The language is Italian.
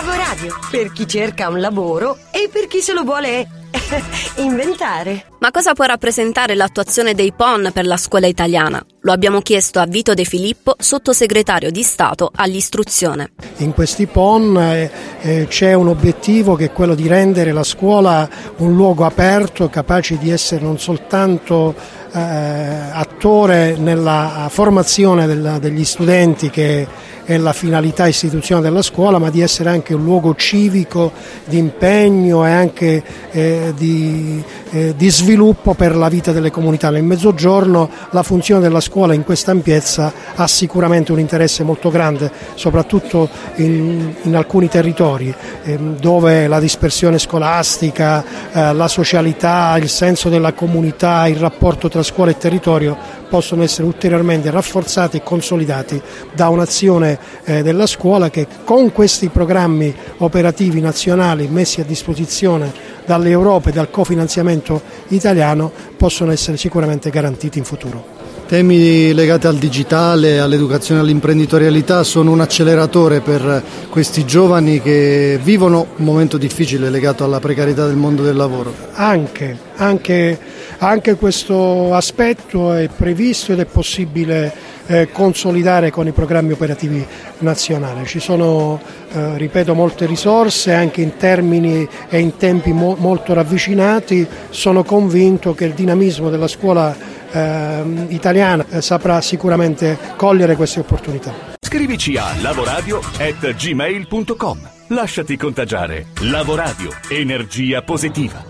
Lavoradio, per chi cerca un lavoro e per chi se lo vuole inventare. Ma cosa può rappresentare l'attuazione dei PON per la scuola italiana? Lo abbiamo chiesto a Vito De Filippo, sottosegretario di Stato all'istruzione. In questi PON c'è un obiettivo che è quello di rendere la scuola un luogo aperto, capace di essere non soltanto attore nella formazione degli studenti, che è la finalità istituzionale della scuola, ma di essere anche un luogo civico di impegno e anche di sviluppo per la vita delle comunità. Nel Mezzogiorno la funzione della scuola in questa ampiezza ha sicuramente un interesse molto grande, soprattutto in alcuni territori dove la dispersione scolastica, la socialità, il senso della comunità, il rapporto tra scuola e territorio possono essere ulteriormente rafforzati e consolidati da un'azione della scuola che con questi programmi operativi nazionali messi a disposizione dall'Europa e dal cofinanziamento italiano possono essere sicuramente garantiti in futuro. Temi legati al digitale, all'educazione e all'imprenditorialità sono un acceleratore per questi giovani che vivono un momento difficile legato alla precarietà del mondo del lavoro. Anche questo aspetto è previsto ed è possibile consolidare con i programmi operativi nazionali. Ci sono, ripeto, molte risorse anche in termini e in tempi molto ravvicinati. Sono convinto che il dinamismo della scuola italiana saprà sicuramente cogliere queste opportunità. Scrivici a lavoradio@gmail.com. Lasciati contagiare. Lavoradio, energia positiva.